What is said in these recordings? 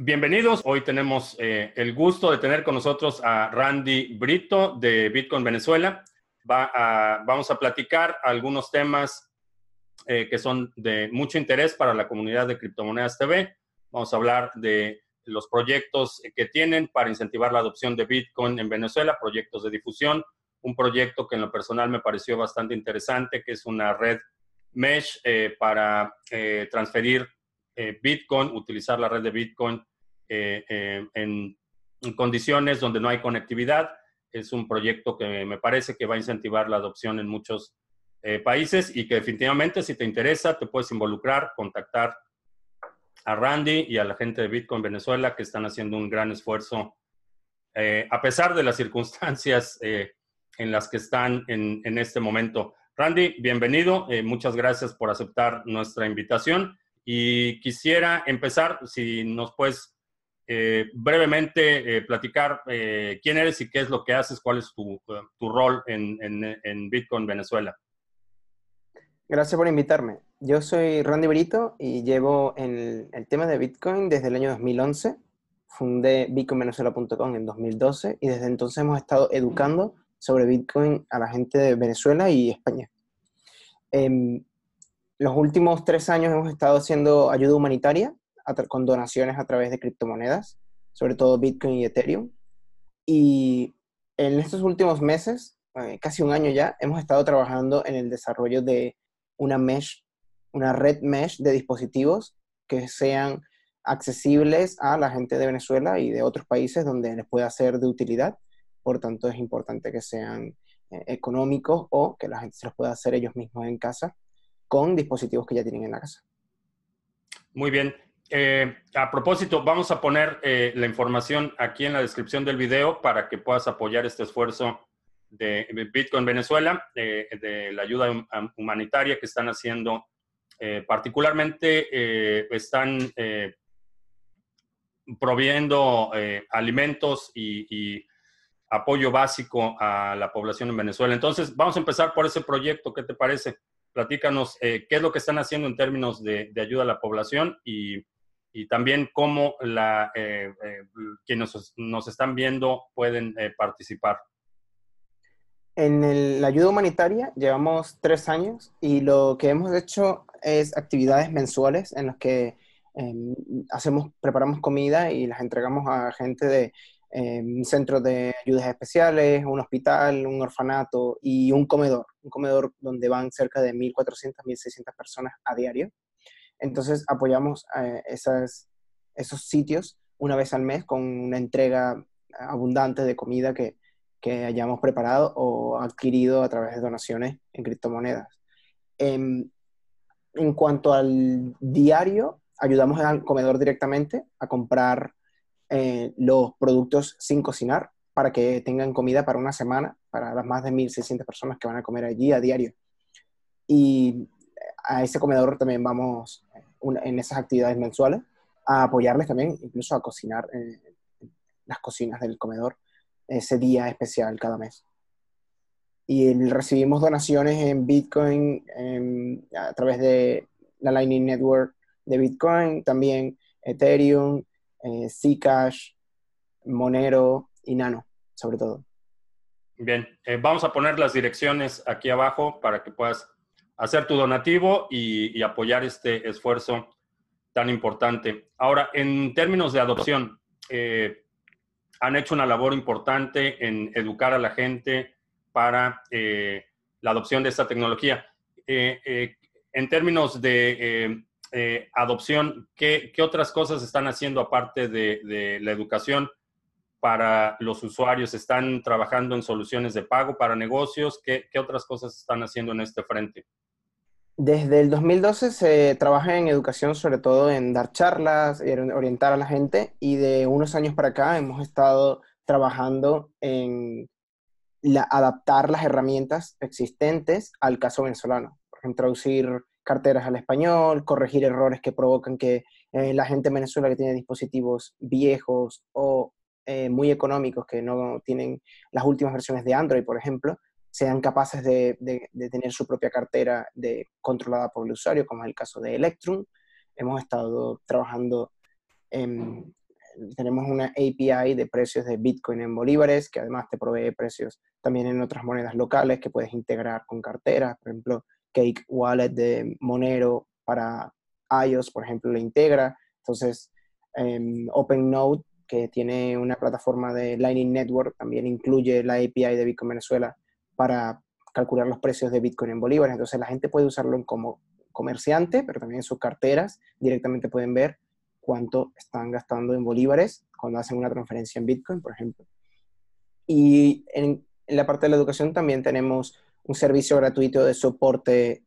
Bienvenidos. Hoy tenemos el gusto de tener con nosotros a Randy Brito de Bitcoin Venezuela. Vamos a platicar algunos temas que son de mucho interés para la comunidad de Criptomonedas TV. Vamos a hablar de los proyectos que tienen para incentivar la adopción de Bitcoin en Venezuela, proyectos de difusión, un proyecto que en lo personal me pareció bastante interesante, que es una red mesh para transferir Bitcoin, utilizar la red de Bitcoin en condiciones donde no hay conectividad. Es un proyecto que me parece que va a incentivar la adopción en muchos países y que definitivamente, si te interesa, te puedes involucrar, contactar a Randy y a la gente de Bitcoin Venezuela, que están haciendo un gran esfuerzo a pesar de las circunstancias en las que están en este momento. Randy, bienvenido. Muchas gracias por aceptar nuestra invitación. Y quisiera empezar, si nos puedes brevemente platicar quién eres y qué es lo que haces, cuál es tu rol en Bitcoin Venezuela. Gracias por invitarme. Yo soy Randy Brito y llevo en el tema de Bitcoin desde el año 2011. Fundé bitcoinvenezuela.com en 2012 y desde entonces hemos estado educando sobre Bitcoin a la gente de Venezuela y España. En los últimos 3 años hemos estado haciendo ayuda humanitaria con donaciones a través de criptomonedas, sobre todo Bitcoin y Ethereum. Y en estos últimos meses, casi un año ya, hemos estado trabajando en el desarrollo de una mesh, una red mesh de dispositivos que sean accesibles a la gente de Venezuela y de otros países donde les pueda ser de utilidad. Por tanto, es importante que sean económicos o que la gente se los pueda hacer ellos mismos en casa con dispositivos que ya tienen en la casa. Muy bien. A propósito, vamos a poner la información aquí en la descripción del video para que puedas apoyar este esfuerzo de Bitcoin Venezuela, de la ayuda humanitaria que están haciendo. Particularmente están proviendo alimentos y apoyo básico a la población en Venezuela. Entonces, vamos a empezar por ese proyecto. ¿Qué te parece? Platícanos qué es lo que están haciendo en términos de ayuda a la población y también cómo quienes nos están viendo pueden participar. La ayuda humanitaria llevamos 3 años y lo que hemos hecho es actividades mensuales en las que preparamos comida y las entregamos a gente de un centro de ayudas especiales, un hospital, un orfanato y un comedor donde van cerca de 1.400, 1.600 personas a diario. Entonces apoyamos esos sitios una vez al mes con una entrega abundante de comida que hayamos preparado o adquirido a través de donaciones en criptomonedas. En cuanto al diario, ayudamos al comedor directamente a comprar los productos sin cocinar para que tengan comida para una semana, para las más de 1.600 personas que van a comer allí a diario. Y a ese comedor también vamos en esas actividades mensuales a apoyarles también, incluso a cocinar las cocinas del comedor ese día especial cada mes. Y recibimos donaciones en Bitcoin a través de la Lightning Network de Bitcoin, también Ethereum, Zcash, Monero y Nano, sobre todo. Bien, vamos a poner las direcciones aquí abajo para que puedas hacer tu donativo y apoyar este esfuerzo tan importante. Ahora, en términos de adopción, han hecho una labor importante en educar a la gente para la adopción de esta tecnología. En términos de adopción, ¿qué otras cosas están haciendo aparte de la educación para los usuarios? ¿Están trabajando en soluciones de pago para negocios? ¿Qué otras cosas están haciendo en este frente? Desde el 2012 se trabaja en educación, sobre todo en dar charlas, orientar a la gente, y de unos años para acá hemos estado trabajando en adaptar las herramientas existentes al caso venezolano. Por ejemplo, traducir carteras al español, corregir errores que provocan que la gente en Venezuela que tiene dispositivos viejos o muy económicos que no tienen las últimas versiones de Android, por ejemplo, sean capaces de tener su propia cartera controlada por el usuario, como es el caso de Electrum. Hemos estado trabajando tenemos una API de precios de Bitcoin en bolívares, que además te provee precios también en otras monedas locales que puedes integrar con carteras. Por ejemplo, Cake Wallet de Monero para iOS, por ejemplo, lo integra. Entonces, OpenNode, que tiene una plataforma de Lightning Network, también incluye la API de Bitcoin Venezuela para calcular los precios de Bitcoin en bolívares. Entonces, la gente puede usarlo como comerciante, pero también en sus carteras directamente pueden ver cuánto están gastando en bolívares cuando hacen una transferencia en Bitcoin, por ejemplo. Y en la parte de la educación también tenemos un servicio gratuito de soporte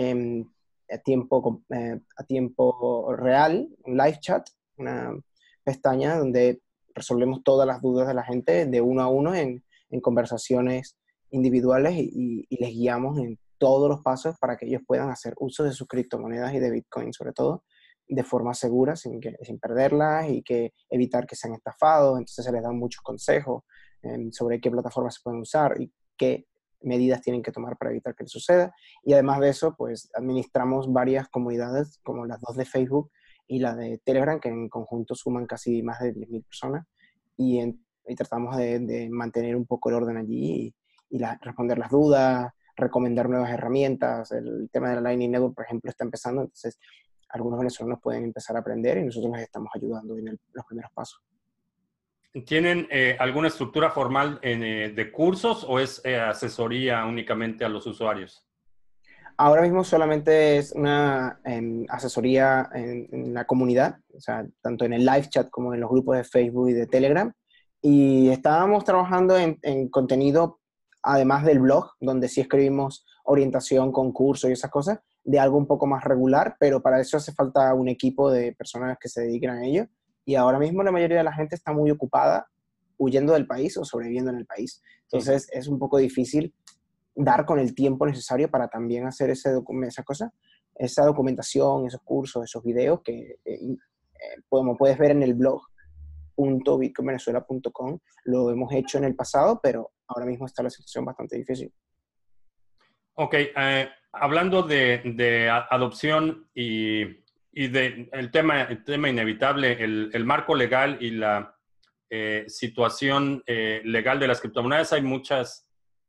a tiempo real, un live chat, una pestaña donde resolvemos todas las dudas de la gente de uno a uno en conversaciones individuales y les guiamos en todos los pasos para que ellos puedan hacer uso de sus criptomonedas y de Bitcoin sobre todo de forma segura, sin perderlas y que evitar que sean estafados. Entonces se les dan muchos consejos sobre qué plataformas se pueden usar y qué medidas tienen que tomar para evitar que les suceda. Y además de eso, pues administramos varias comunidades, como las dos de Facebook y la de Telegram, que en conjunto suman casi más de 10.000 personas, y tratamos de mantener un poco el orden allí y responder las dudas, recomendar nuevas herramientas. El tema de la Lightning Network, por ejemplo, está empezando, entonces algunos venezolanos pueden empezar a aprender y nosotros les estamos ayudando en los primeros pasos. ¿Tienen alguna estructura formal de cursos o es asesoría únicamente a los usuarios? Ahora mismo solamente es una asesoría en la comunidad, o sea, tanto en el live chat como en los grupos de Facebook y de Telegram. Y estábamos trabajando en contenido, además del blog, donde sí escribimos orientación, concurso y esas cosas, de algo un poco más regular, pero para eso hace falta un equipo de personas que se dediquen a ello. Y ahora mismo la mayoría de la gente está muy ocupada huyendo del país o sobreviviendo en el país. Entonces es un poco difícil dar con el tiempo necesario para también hacer esa cosa, esa documentación, esos cursos, esos videos que, como puedes ver en el blog .bitcoinvenezuela.com, lo hemos hecho en el pasado, pero ahora mismo está la situación bastante difícil. Ok, hablando de adopción y de el tema inevitable, el marco legal y la situación legal de las criptomonedas, hay muchas,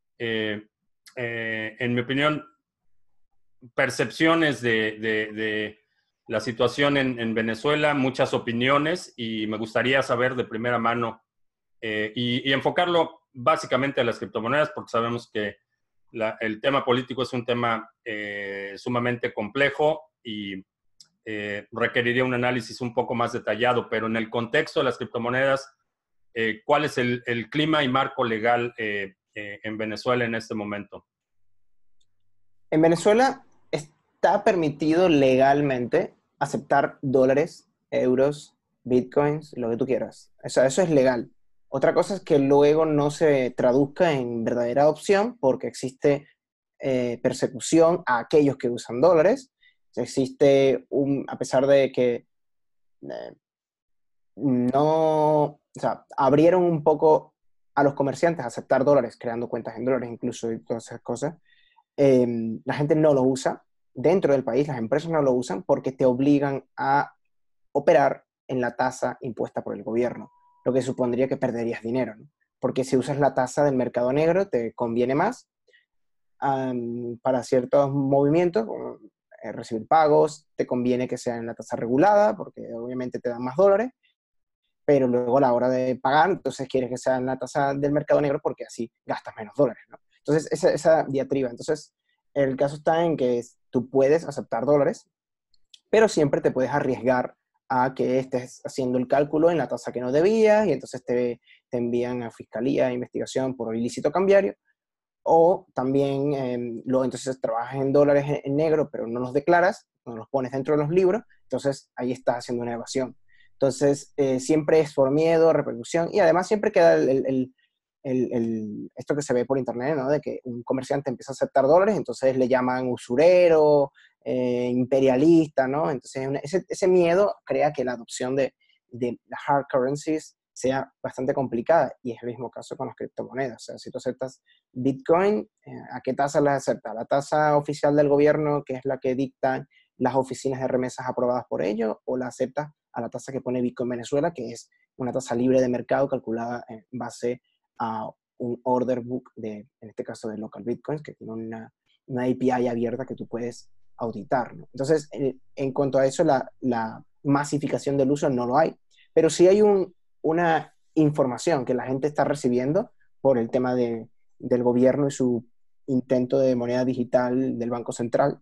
en mi opinión, percepciones de la situación en Venezuela, muchas opiniones, y me gustaría saber de primera mano y enfocarlo básicamente a las criptomonedas, porque sabemos que el tema político es un tema sumamente complejo y requeriría un análisis un poco más detallado, pero en el contexto de las criptomonedas, ¿cuál es el clima y marco legal en Venezuela en este momento? En Venezuela está permitido legalmente aceptar dólares, euros, bitcoins, lo que tú quieras. Eso es legal. Otra cosa es que luego no se traduzca en verdadera adopción porque existe persecución a aquellos que usan dólares. Existe a pesar de que no, o sea, abrieron un poco a los comerciantes a aceptar dólares, creando cuentas en dólares incluso y todas esas cosas. La gente no lo usa. Dentro del país, las empresas no lo usan porque te obligan a operar en la tasa impuesta por el gobierno, lo que supondría que perderías dinero, ¿no? Porque si usas la tasa del mercado negro, te conviene más para ciertos movimientos, como recibir pagos, te conviene que sea en la tasa regulada, porque obviamente te dan más dólares, pero luego a la hora de pagar, entonces quieres que sea en la tasa del mercado negro porque así gastas menos dólares, ¿no? Entonces, esa diatriba. Entonces, el caso está en que tú puedes aceptar dólares, pero siempre te puedes arriesgar a que estés haciendo el cálculo en la tasa que no debías y entonces te envían a fiscalía, a investigación por ilícito cambiario, o también entonces trabajas en dólares en negro, pero no los declaras, no los pones dentro de los libros, entonces ahí estás haciendo una evasión. Entonces, siempre es por miedo, repercusión, y además siempre queda esto que se ve por internet, ¿no? De que un comerciante empieza a aceptar dólares, entonces le llaman usurero, imperialista, ¿no? Entonces, ese miedo crea que la adopción de las hard currencies sea bastante complicada, y es el mismo caso con las criptomonedas. O sea, si tú aceptas Bitcoin, ¿a qué tasa las aceptas? ¿La tasa oficial del gobierno, que es la que dictan las oficinas de remesas aprobadas por ellos, o la aceptas a la tasa que pone Bitcoin Venezuela, que es una tasa libre de mercado calculada en base a un order book en este caso de local bitcoins, que tiene una API abierta que tú puedes auditar, ¿no? Entonces, en cuanto a eso, la masificación del uso no lo hay, pero sí hay una información que la gente está recibiendo por el tema del gobierno y su intento de moneda digital del Banco Central,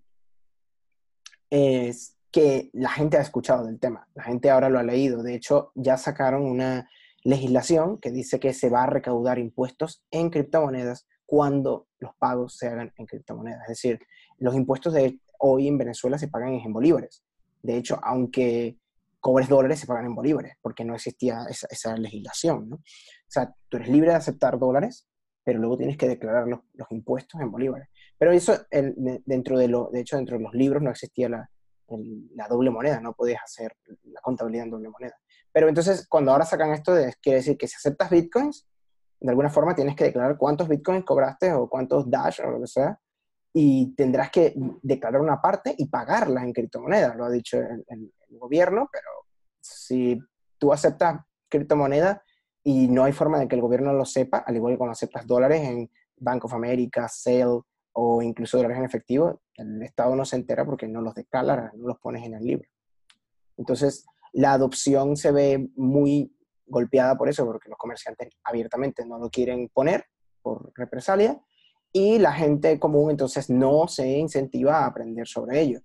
es que la gente ha escuchado del tema, la gente ahora lo ha leído. De hecho, ya sacaron una legislación que dice que se va a recaudar impuestos en criptomonedas cuando los pagos se hagan en criptomonedas. Es decir, los impuestos de hoy en Venezuela se pagan en bolívares. De hecho, aunque cobres dólares, se pagan en bolívares, porque no existía esa legislación, ¿no? O sea, tú eres libre de aceptar dólares, pero luego tienes que declarar los impuestos en bolívares. Pero eso, de hecho, dentro de los libros no existía la doble moneda, no podías hacer la contabilidad en doble moneda. Pero entonces, cuando ahora sacan esto, quiere decir que si aceptas bitcoins, de alguna forma tienes que declarar cuántos bitcoins cobraste o cuántos Dash o lo que sea, y tendrás que declarar una parte y pagarla en criptomonedas, lo ha dicho el gobierno, pero si tú aceptas criptomonedas y no hay forma de que el gobierno lo sepa, al igual que cuando aceptas dólares en Bank of America, Zelle o incluso dólares en efectivo, el Estado no se entera porque no los declaras, no los pones en el libro. Entonces, la adopción se ve muy golpeada por eso, porque los comerciantes abiertamente no lo quieren poner por represalia, y la gente común entonces no se incentiva a aprender sobre ello.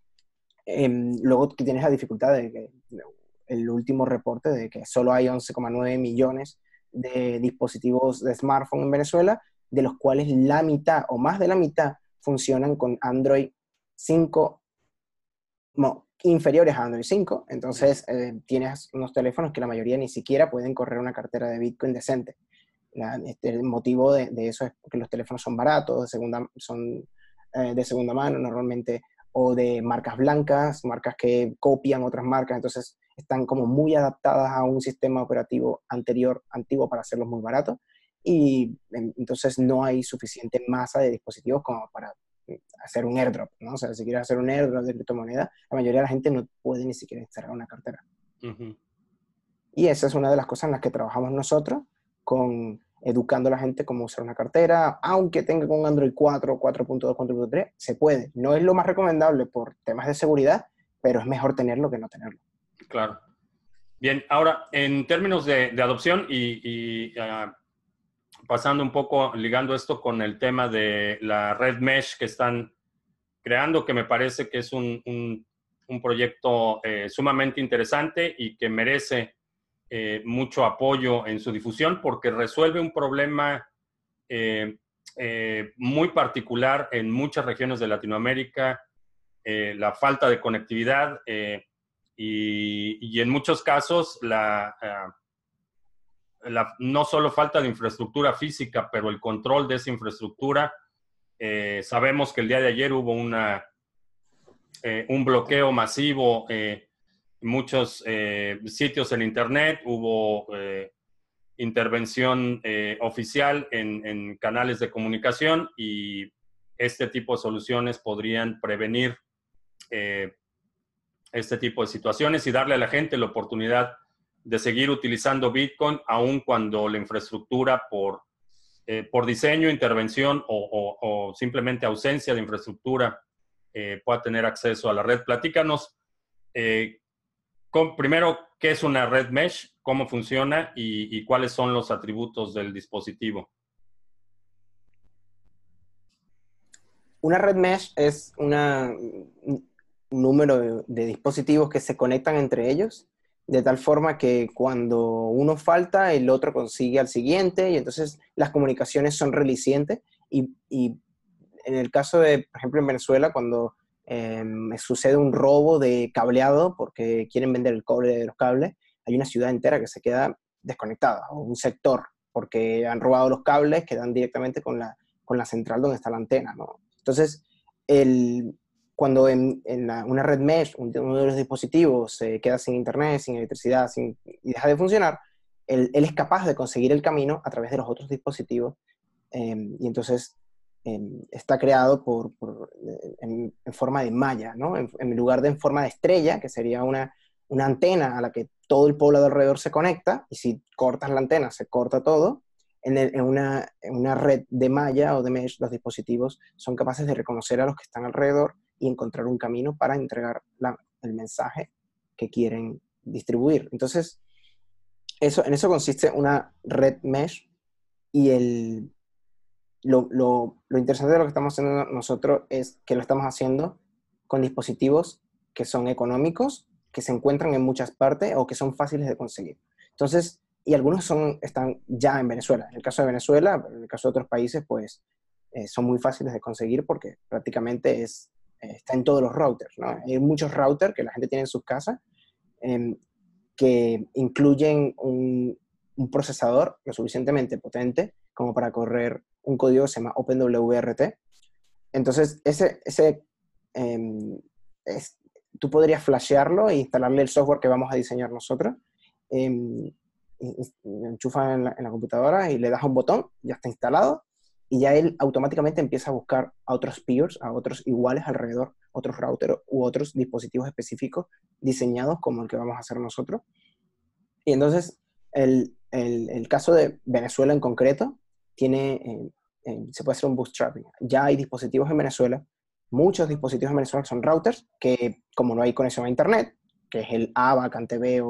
Luego que tienes la dificultad de que el último reporte de que solo hay 11,9 millones de dispositivos de smartphone en Venezuela, de los cuales la mitad o más de la mitad funcionan con Android 5, no, inferiores a Android 5. Entonces tienes unos teléfonos que la mayoría ni siquiera pueden correr una cartera de Bitcoin decente. El motivo de eso es porque los teléfonos son baratos, son de segunda mano normalmente, o de marcas blancas, marcas que copian otras marcas, entonces están como muy adaptadas a un sistema operativo antiguo para hacerlos muy baratos, y entonces no hay suficiente masa de dispositivos como para hacer un airdrop, ¿no? O sea, si quieres hacer un airdrop de criptomoneda, la mayoría de la gente no puede ni siquiera instalar una cartera. Uh-huh. Y esa es una de las cosas en las que trabajamos nosotros, con educando a la gente cómo usar una cartera, aunque tenga un Android 4, 4.2, 4.3, se puede. No es lo más recomendable por temas de seguridad, pero es mejor tenerlo que no tenerlo. Claro. Bien, ahora, en términos de adopción pasando un poco, ligando esto con el tema de la red mesh que están creando, que me parece que es un proyecto sumamente interesante y que merece mucho apoyo en su difusión porque resuelve un problema muy particular en muchas regiones de Latinoamérica, la falta de conectividad y en muchos casos no solo falta de infraestructura física, pero el control de esa infraestructura. Sabemos que el día de ayer hubo un bloqueo masivo muchos sitios en Internet, hubo intervención oficial en canales de comunicación y este tipo de soluciones podrían prevenir este tipo de situaciones y darle a la gente la oportunidad de seguir utilizando Bitcoin aun cuando la infraestructura por diseño, intervención o simplemente ausencia de infraestructura pueda tener acceso a la red. Platícanos primero, ¿qué es una red mesh? ¿Cómo funciona? Y cuáles son los atributos del dispositivo. Una red mesh es un número de dispositivos que se conectan entre ellos, de tal forma que cuando uno falta, el otro consigue al siguiente, y entonces las comunicaciones son relicientes. Y en el caso de, por ejemplo, en Venezuela, cuando sucede un robo de cableado porque quieren vender el cobre de los cables, hay una ciudad entera que se queda desconectada, o un sector, porque han robado los cables que dan directamente con la central donde está la antena, ¿no? Entonces, cuando una red mesh, uno de los dispositivos se queda sin internet, sin electricidad, y deja de funcionar, él es capaz de conseguir el camino a través de los otros dispositivos, y entonces está creado en forma de malla, ¿no? En lugar de en forma de estrella, que sería una una antena a la que todo el poblado alrededor se conecta, y si cortas la antena se corta todo. En una red de malla o de mesh, los dispositivos son capaces de reconocer a los que están alrededor y encontrar un camino para entregar el mensaje que quieren distribuir. Entonces, en eso consiste una red mesh, y lo interesante de lo que estamos haciendo nosotros es que lo estamos haciendo con dispositivos que son económicos, que se encuentran en muchas partes o que son fáciles de conseguir. Entonces, y algunos están ya en Venezuela. En el caso de Venezuela, en el caso de otros países, pues son muy fáciles de conseguir porque prácticamente está en todos los routers, ¿no? Hay muchos routers que la gente tiene en sus casas, que incluyen un procesador lo suficientemente potente como para correr un código que se llama OpenWRT. Entonces, tú podrías flashearlo e instalarle el software que vamos a diseñar nosotros. Lo enchufas en la computadora y le das un botón, ya está instalado, y ya él automáticamente empieza a buscar a otros peers, a otros iguales alrededor, otros routers u otros dispositivos específicos diseñados como el que vamos a hacer nosotros. Y entonces, el caso de Venezuela en concreto, se puede hacer un bootstrapping. Ya hay dispositivos en Venezuela, muchos dispositivos en Venezuela que son routers, que como no hay conexión a Internet, que es el AVA, CanTV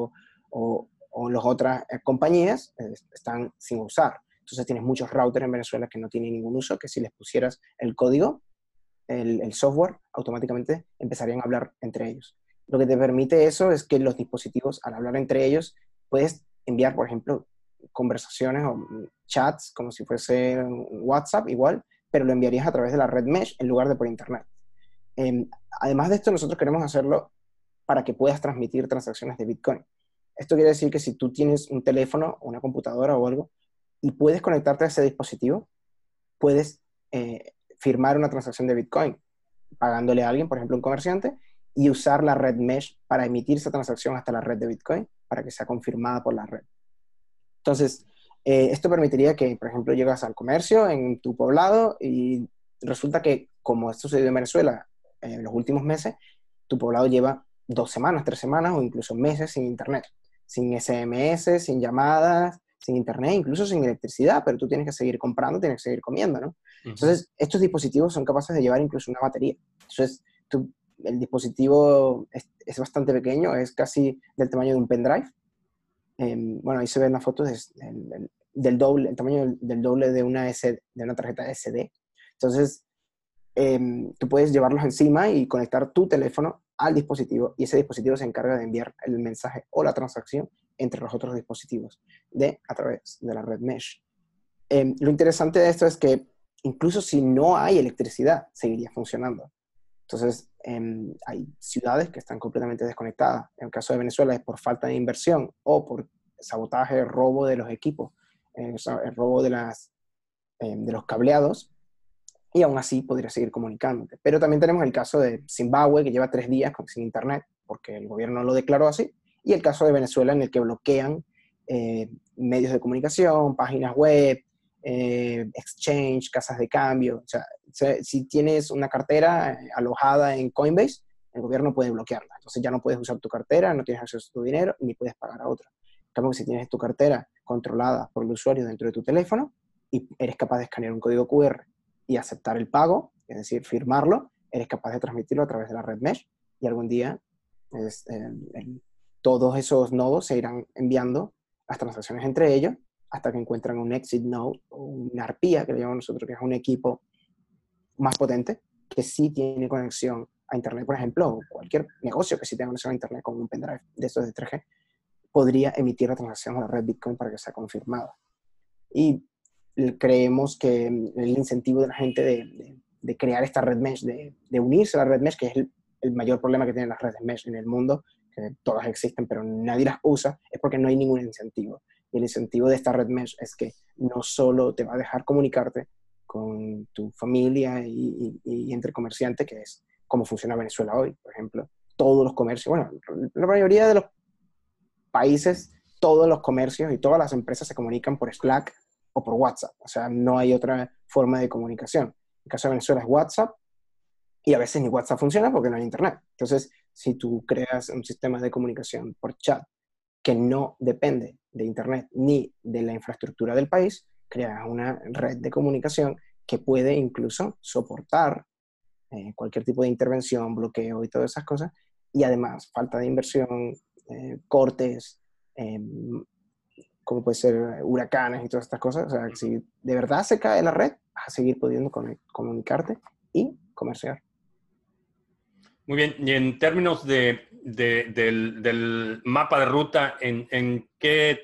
o las otras compañías, están sin usar. Entonces tienes muchos routers en Venezuela que no tienen ningún uso, que si les pusieras el código, el software, automáticamente empezarían a hablar entre ellos. Lo que te permite eso es que los dispositivos, al hablar entre ellos, puedes enviar, por ejemplo, conversaciones o chats como si fuese un WhatsApp igual, pero lo enviarías a través de la red mesh en lugar de por Internet. Además de esto, nosotros queremos hacerlo para que puedas transmitir transacciones de Bitcoin. Esto quiere decir que si tú tienes un teléfono, una computadora o algo, y puedes conectarte a ese dispositivo, puedes firmar una transacción de Bitcoin pagándole a alguien, por ejemplo un comerciante, y usar la red mesh para emitir esa transacción hasta la red de Bitcoin para que sea confirmada por la red. Entonces, esto permitiría que, por ejemplo, llegas al comercio en tu poblado y resulta que, como esto sucedió en Venezuela en los últimos meses, tu poblado lleva 2 semanas, 3 semanas o incluso meses sin internet, sin SMS, sin llamadas, sin internet, incluso sin electricidad, pero tú tienes que seguir comprando, tienes que seguir comiendo, ¿no? Entonces, estos dispositivos son capaces de llevar incluso una batería. Entonces, el dispositivo es bastante pequeño, es casi del tamaño de un pendrive. Bueno, ahí se ven las fotos del doble, el tamaño del doble de una tarjeta SD. Entonces, tú puedes llevarlos encima y conectar tu teléfono al dispositivo, y ese dispositivo se encarga de enviar el mensaje o la transacción entre los otros dispositivos a través de la red mesh. Lo interesante de esto es que incluso si no hay electricidad, seguiría funcionando. Entonces, hay ciudades que están completamente desconectadas. En el caso de Venezuela es por falta de inversión o por sabotaje, robo de los equipos, el robo de los cableados, y aún así podría seguir comunicándote. Pero también tenemos el caso de Zimbabue, que lleva 3 días sin internet porque el gobierno lo declaró así, y el caso de Venezuela, en el que bloquean medios de comunicación, páginas web, exchange, casas de cambio. O sea, si tienes una cartera alojada en Coinbase, el gobierno puede bloquearla. Entonces ya no puedes usar tu cartera, no tienes acceso a tu dinero, ni puedes pagar a otro. En cambio, si tienes tu cartera controlada por el usuario dentro de tu teléfono y eres capaz de escanear un código QR y aceptar el pago, es decir, firmarlo, eres capaz de transmitirlo a través de la red mesh, y algún día todos esos nodos se irán enviando las transacciones entre ellos hasta que encuentran un exit node o una arpía, que le llamamos nosotros, que es un equipo más potente que sí tiene conexión a Internet, por ejemplo, o cualquier negocio que sí tenga conexión a Internet con un pendrive de estos de 3G, podría emitir la transacción a la red Bitcoin para que sea confirmada. Y creemos que el incentivo de la gente de crear esta red mesh, de unirse a la red mesh, que es el mayor problema que tienen las redes mesh en el mundo, que todas existen pero nadie las usa, es porque no hay ningún incentivo. Y el incentivo de esta red mesh es que no solo te va a dejar comunicarte con tu familia y entre comerciantes, que es como funciona Venezuela hoy, por ejemplo. Todos los comercios, bueno, la mayoría de los países, todos los comercios y todas las empresas se comunican por Slack o por WhatsApp. O sea, no hay otra forma de comunicación. En el caso de Venezuela es WhatsApp, Y a veces ni WhatsApp funciona porque no hay internet. Entonces, si tú creas un sistema de comunicación por chat que no depende de internet ni de la infraestructura del país, creas una red de comunicación que puede incluso soportar cualquier tipo de intervención, bloqueo y todas esas cosas. Y además, falta de inversión, cortes, eh, como puede ser huracanes y todas estas cosas. O sea, que si de verdad se cae la red, vas a seguir pudiendo comunicarte y comerciar. Muy bien, y en términos del mapa de ruta, ¿en qué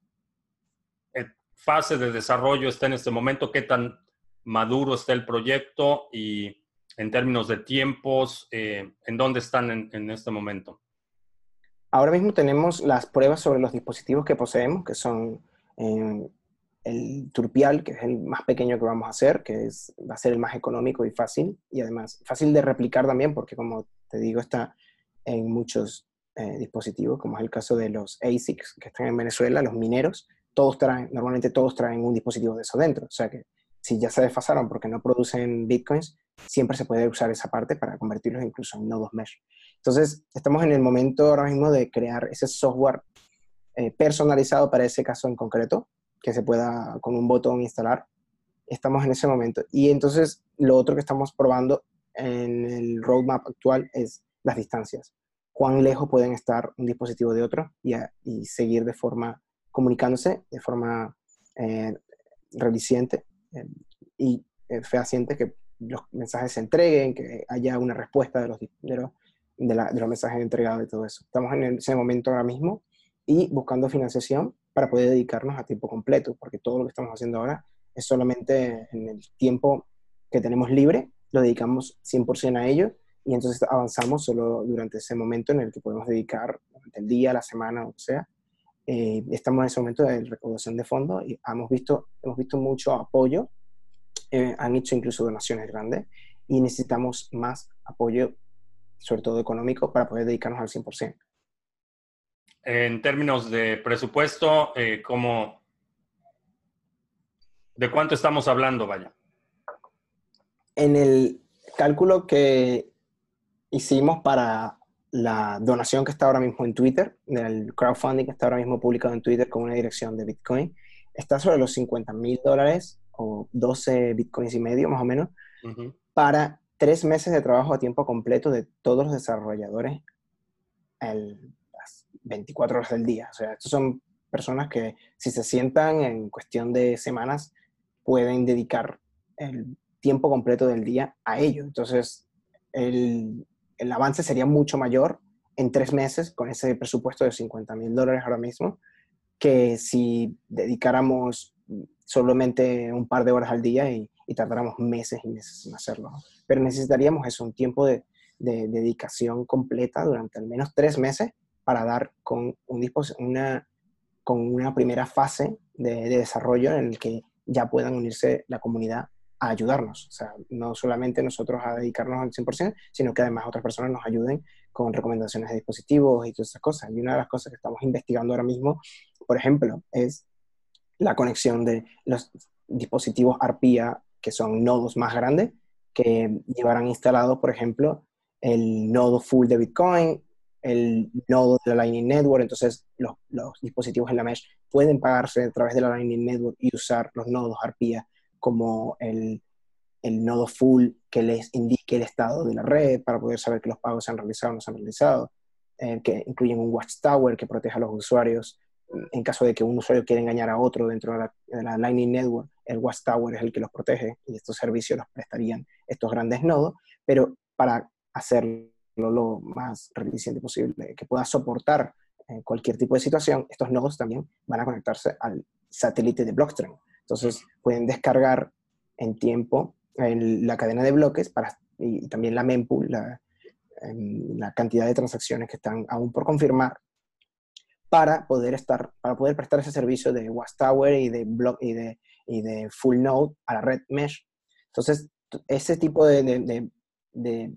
fase de desarrollo está en este momento? ¿Qué tan maduro está el proyecto? Y en términos de tiempos, ¿en dónde están en este momento? Ahora mismo tenemos las pruebas sobre los dispositivos que poseemos, que son eh, el Turpial, que es el más pequeño que vamos a hacer, va a ser el más económico y fácil, y además fácil de replicar también, porque como te digo, está en muchos dispositivos, como es el caso de los ASICs que están en Venezuela, los mineros, normalmente todos traen un dispositivo de eso dentro, o sea que si ya se desfasaron porque no producen bitcoins, siempre se puede usar esa parte para convertirlos incluso en nodos mesh. Entonces, estamos en el momento ahora mismo de crear ese software personalizado para ese caso en concreto, que se pueda con un botón instalar. Estamos en ese momento. Y entonces, lo otro que estamos probando en el roadmap actual es las distancias. Cuán lejos pueden estar un dispositivo de otro y seguir de forma, comunicándose de forma eh, reliciente y fehaciente, que los mensajes se entreguen, que haya una respuesta de los mensajes entregados y todo eso. Estamos en ese momento ahora mismo y buscando financiación para poder dedicarnos a tiempo completo, porque todo lo que estamos haciendo ahora es solamente en el tiempo que tenemos libre, lo dedicamos 100% a ello y entonces avanzamos solo durante ese momento en el que podemos dedicar durante el día, la semana, o sea. Estamos en ese momento de recaudación de fondos y hemos visto mucho apoyo, han hecho incluso donaciones grandes y necesitamos más apoyo, sobre todo económico, para poder dedicarnos al 100%. En términos de presupuesto, ¿de cuánto estamos hablando, vaya? En el cálculo que hicimos para la donación que está ahora mismo en Twitter, del crowdfunding que está ahora mismo publicado en Twitter con una dirección de Bitcoin, está sobre los $50,000 o 12 Bitcoins y medio más o menos, Ujú. para 3 meses de trabajo a tiempo completo de todos los desarrolladores las 24 horas del día. O sea, estos son personas que si se sientan en cuestión de semanas pueden dedicar el tiempo completo del día a ello. Entonces, el avance sería mucho mayor en 3 meses con ese presupuesto de $50,000 ahora mismo, que si dedicáramos solamente un par de horas al día y tardáramos meses y meses en hacerlo. Pero necesitaríamos eso, un tiempo de dedicación completa durante al menos 3 meses para dar con una primera fase de desarrollo en el que ya puedan unirse la comunidad a ayudarnos. O sea, no solamente nosotros a dedicarnos al 100%, sino que además otras personas nos ayuden con recomendaciones de dispositivos y todas esas cosas. Y una de las cosas que estamos investigando ahora mismo, por ejemplo, es la conexión de los dispositivos ARPIA, que son nodos más grandes, que llevarán instalado, por ejemplo, el nodo full de Bitcoin, el nodo de la Lightning Network. Entonces, los dispositivos en la mesh pueden pagarse a través de la Lightning Network y usar los nodos ARPIA como el nodo full que les indique el estado de la red para poder saber que los pagos se han realizado o no se han realizado, que incluyen un watchtower que proteja a los usuarios en caso de que un usuario quiera engañar a otro dentro de la Lightning Network. El watchtower es el que los protege y estos servicios los prestarían estos grandes nodos, pero para hacerlo lo más eficiente posible, que pueda soportar cualquier tipo de situación, estos nodos también van a conectarse al satélite de Blockstream. Entonces pueden descargar en tiempo la cadena de bloques y también la mempool, la cantidad de transacciones que están aún por confirmar para poder prestar ese servicio de Watchtower y de Full Node a la red mesh. Entonces, ese tipo de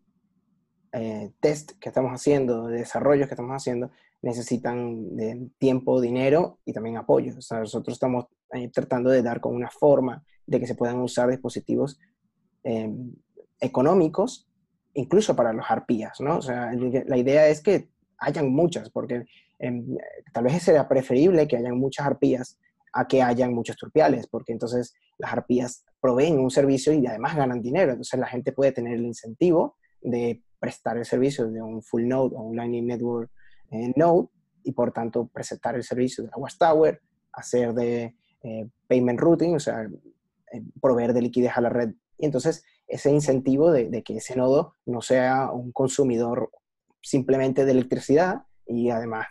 test que estamos haciendo, de desarrollos que estamos haciendo, necesitan de tiempo, dinero y también apoyo. O sea, nosotros estamos tratando de dar con una forma de que se puedan usar dispositivos económicos, incluso para los arpías, ¿no? O sea, la idea es que hayan muchas, porque eh, tal vez sería preferible que hayan muchas arpías a que hayan muchos turpiales, porque entonces las arpías proveen un servicio y además ganan dinero, entonces la gente puede tener el incentivo de prestar el servicio de un full node o un Lightning Network node, y por tanto presentar el servicio de la Watchtower, hacer de payment routing, o sea, proveer de liquidez a la red. Y entonces ese incentivo de que ese nodo no sea un consumidor simplemente de electricidad y además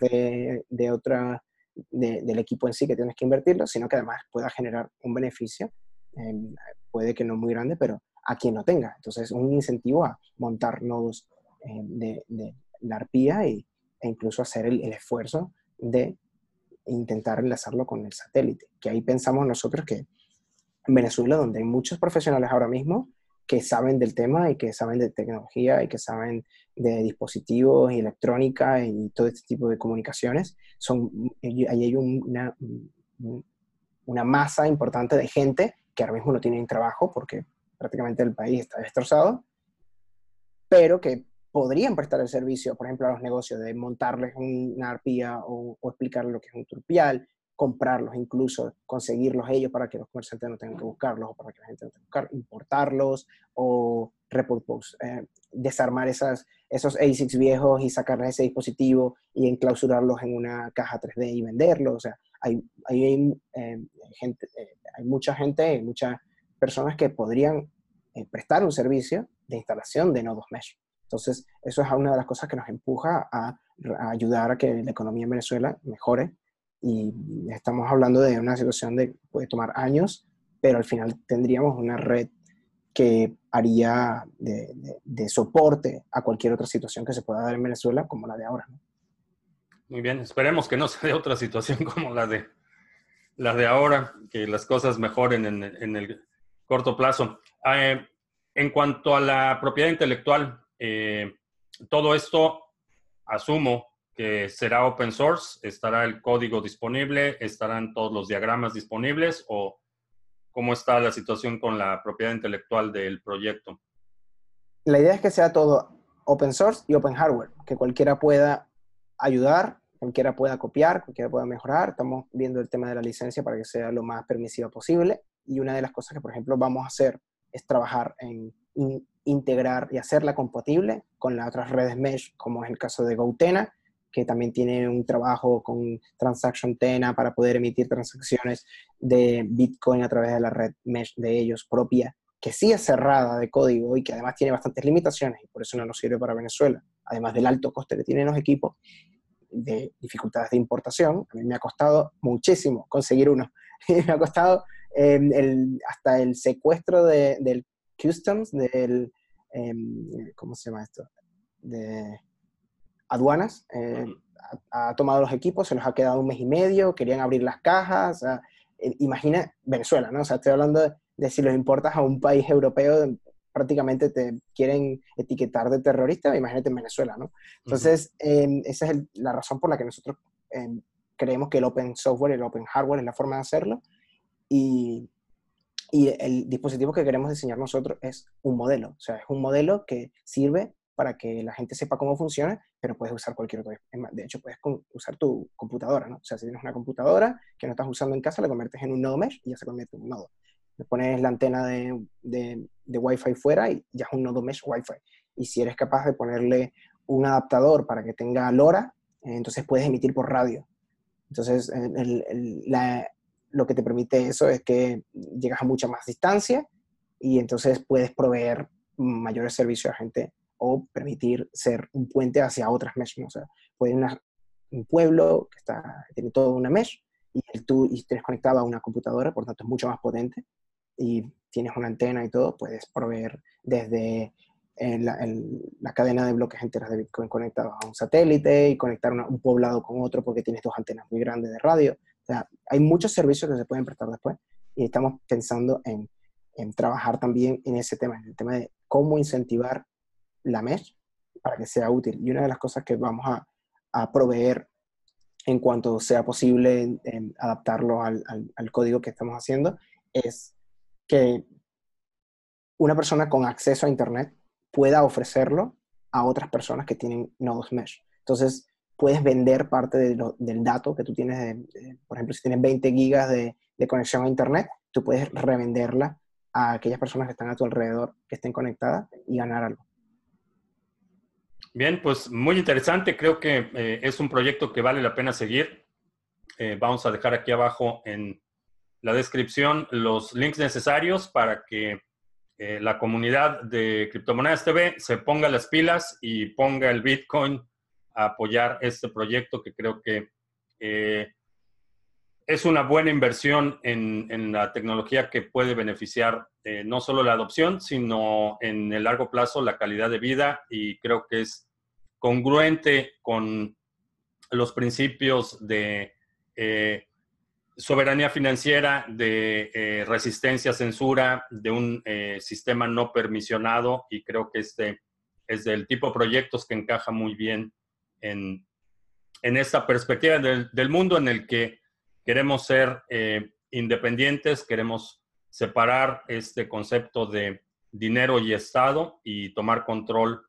del equipo en sí que tienes que invertirlo, sino que además pueda generar un beneficio, eh, puede que no muy grande, pero a quien lo tenga. Entonces, un incentivo a montar nodos de la arpía e incluso hacer el esfuerzo de intentar enlazarlo con el satélite, que ahí pensamos nosotros que en Venezuela, donde hay muchos profesionales ahora mismo que saben del tema y que saben de tecnología y que saben de dispositivos y electrónica y todo este tipo de comunicaciones, ahí hay una masa importante de gente que ahora mismo no tienen trabajo porque prácticamente el país está destrozado, pero que podrían prestar el servicio, por ejemplo, a los negocios de montarles una arpía o explicarles lo que es un turpial, comprarlos incluso, conseguirlos ellos para que los comerciantes no tengan que buscarlos o para que la gente no tenga que buscar, importarlos o desarmar esos ASICs viejos y sacarles ese dispositivo y enclausurarlos en una caja 3D y venderlos. O sea, hay mucha gente, hay muchas personas que podrían prestar un servicio de instalación de nodos mesh. Entonces, eso es una de las cosas que nos empuja a ayudar a que la economía en Venezuela mejore. Y estamos hablando de una situación de puede tomar años, pero al final tendríamos una red que haría de soporte a cualquier otra situación que se pueda dar en Venezuela, como la de ahora, ¿no? Muy bien, esperemos que no se dé otra situación como la de ahora, que las cosas mejoren en el corto plazo. En cuanto a la propiedad intelectual, todo esto asumo que será open source, estará el código disponible, estarán todos los diagramas disponibles o cómo está la situación con la propiedad intelectual del proyecto. La idea es que sea todo open source y open hardware, que cualquiera pueda ayudar, cualquiera pueda copiar, cualquiera pueda mejorar. Estamos viendo el tema de la licencia para que sea lo más permisiva posible. Y una de las cosas que, por ejemplo, vamos a hacer es trabajar en integrar y hacerla compatible con las otras redes mesh, como es el caso de GoTena, que también tiene un trabajo con Transaction Tena para poder emitir transacciones de Bitcoin a través de la red mesh de ellos propia, que sí es cerrada de código y que además tiene bastantes limitaciones y por eso no nos sirve para Venezuela, además del alto coste que tienen los equipos, de dificultades de importación. A mí me ha costado muchísimo conseguir uno. Me ha costado hasta el secuestro del customs, ¿cómo se llama esto? De aduanas. Ha tomado los equipos, se los ha quedado un mes y medio, querían abrir las cajas. O sea, imagina Venezuela, ¿no? O sea, estoy hablando de si los importas a un país europeo, prácticamente te quieren etiquetar de terrorista, imagínate en Venezuela, ¿no? Entonces, esa es la razón por la que nosotros creemos que el open software y el open hardware es la forma de hacerlo. Y, y el dispositivo que queremos diseñar nosotros es un modelo. O sea, es un modelo que sirve para que la gente sepa cómo funciona, pero puedes usar cualquier otro. De hecho, puedes usar tu computadora, ¿no? O sea, si tienes una computadora que no estás usando en casa, la conviertes en un nodo mesh y ya se convierte en un nodo. Le pones la antena de Wi-Fi fuera y ya es un nodo mesh Wi-Fi. Y si eres capaz de ponerle un adaptador para que tenga LoRa, entonces puedes emitir por radio. Entonces, lo que te permite eso es que llegas a mucha más distancia y entonces puedes proveer mayores servicios a gente o permitir ser un puente hacia otras mesh, ¿no? O sea, puede un pueblo que tiene toda una mesh y tienes conectado a una computadora, por tanto es mucho más potente y tienes una antena y todo, puedes proveer desde la cadena de bloques enteras de Bitcoin conectados a un satélite y conectar un poblado con otro porque tienes dos antenas muy grandes de radio. O sea, hay muchos servicios que se pueden prestar después y estamos pensando en trabajar también en ese tema, en el tema de cómo incentivar la mesh para que sea útil. Y una de las cosas que vamos a proveer en cuanto sea posible en adaptarlo al código que estamos haciendo es que una persona con acceso a Internet pueda ofrecerlo a otras personas que tienen nodos mesh. Entonces, puedes vender parte del dato que tú tienes, por ejemplo, si tienes 20 gigas de conexión a Internet, tú puedes revenderla a aquellas personas que están a tu alrededor, que estén conectadas y ganar algo. Bien, pues muy interesante. Creo que es un proyecto que vale la pena seguir. Vamos a dejar aquí abajo en la descripción los links necesarios para que la comunidad de Criptomonedas TV se ponga las pilas y ponga el Bitcoin a apoyar este proyecto que creo que es una buena inversión en la tecnología que puede beneficiar no solo la adopción, sino en el largo plazo la calidad de vida, y creo que es congruente con los principios de soberanía financiera, de resistencia a censura, de un sistema no permisionado, y creo que este es del tipo de proyectos que encaja muy bien en esta perspectiva del mundo en el que queremos ser independientes, queremos separar este concepto de dinero y Estado y tomar control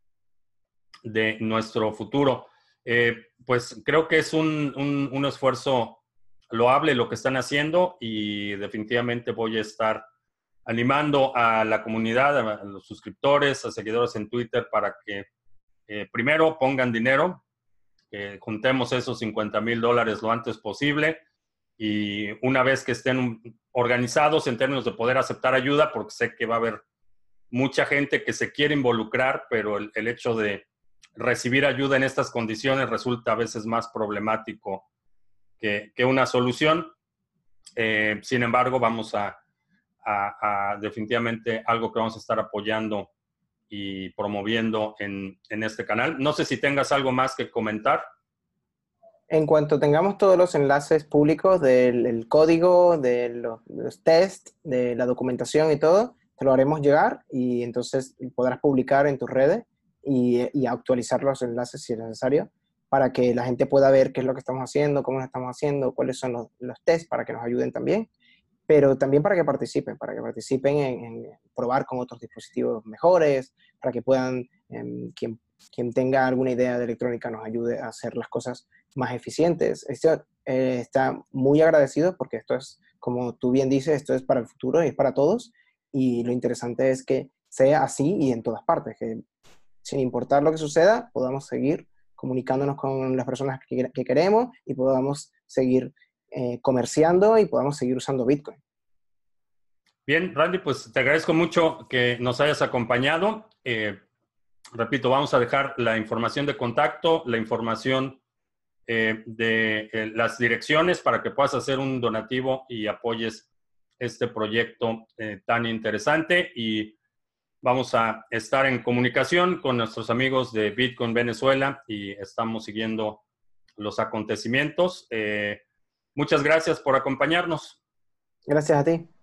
de nuestro futuro. Pues creo que es un esfuerzo loable lo que están haciendo, y definitivamente voy a estar animando a la comunidad, a los suscriptores, a seguidores en Twitter, para que primero pongan dinero, que juntemos esos $50,000 lo antes posible, y una vez que estén organizados en términos de poder aceptar ayuda, porque sé que va a haber mucha gente que se quiere involucrar, pero el hecho de recibir ayuda en estas condiciones resulta a veces más problemático que una solución. Sin embargo, vamos a definitivamente algo que vamos a estar apoyando y promoviendo en este canal. No sé si tengas algo más que comentar. En cuanto tengamos todos los enlaces públicos del código, de los tests, de la documentación y todo, te lo haremos llegar, y entonces podrás publicar en tus redes y actualizar los enlaces si es necesario, para que la gente pueda ver qué es lo que estamos haciendo, cómo lo estamos haciendo, cuáles son los tests, para que nos ayuden también, pero también para que participen en probar con otros dispositivos mejores, para que puedan, quien tenga alguna idea de electrónica, nos ayude a hacer las cosas más eficientes. Está muy agradecido, porque esto es, como tú bien dices, esto es para el futuro y es para todos, y lo interesante es que sea así y en todas partes, que sin importar lo que suceda, podamos seguir comunicándonos con las personas que queremos, y podamos seguir comerciando y podamos seguir usando Bitcoin. Bien, Randy, pues te agradezco mucho que nos hayas acompañado. Repito, vamos a dejar la información de contacto, la información de las direcciones para que puedas hacer un donativo y apoyes este proyecto tan interesante, y vamos a estar en comunicación con nuestros amigos de Bitcoin Venezuela y estamos siguiendo los acontecimientos. Muchas gracias por acompañarnos. Gracias a ti.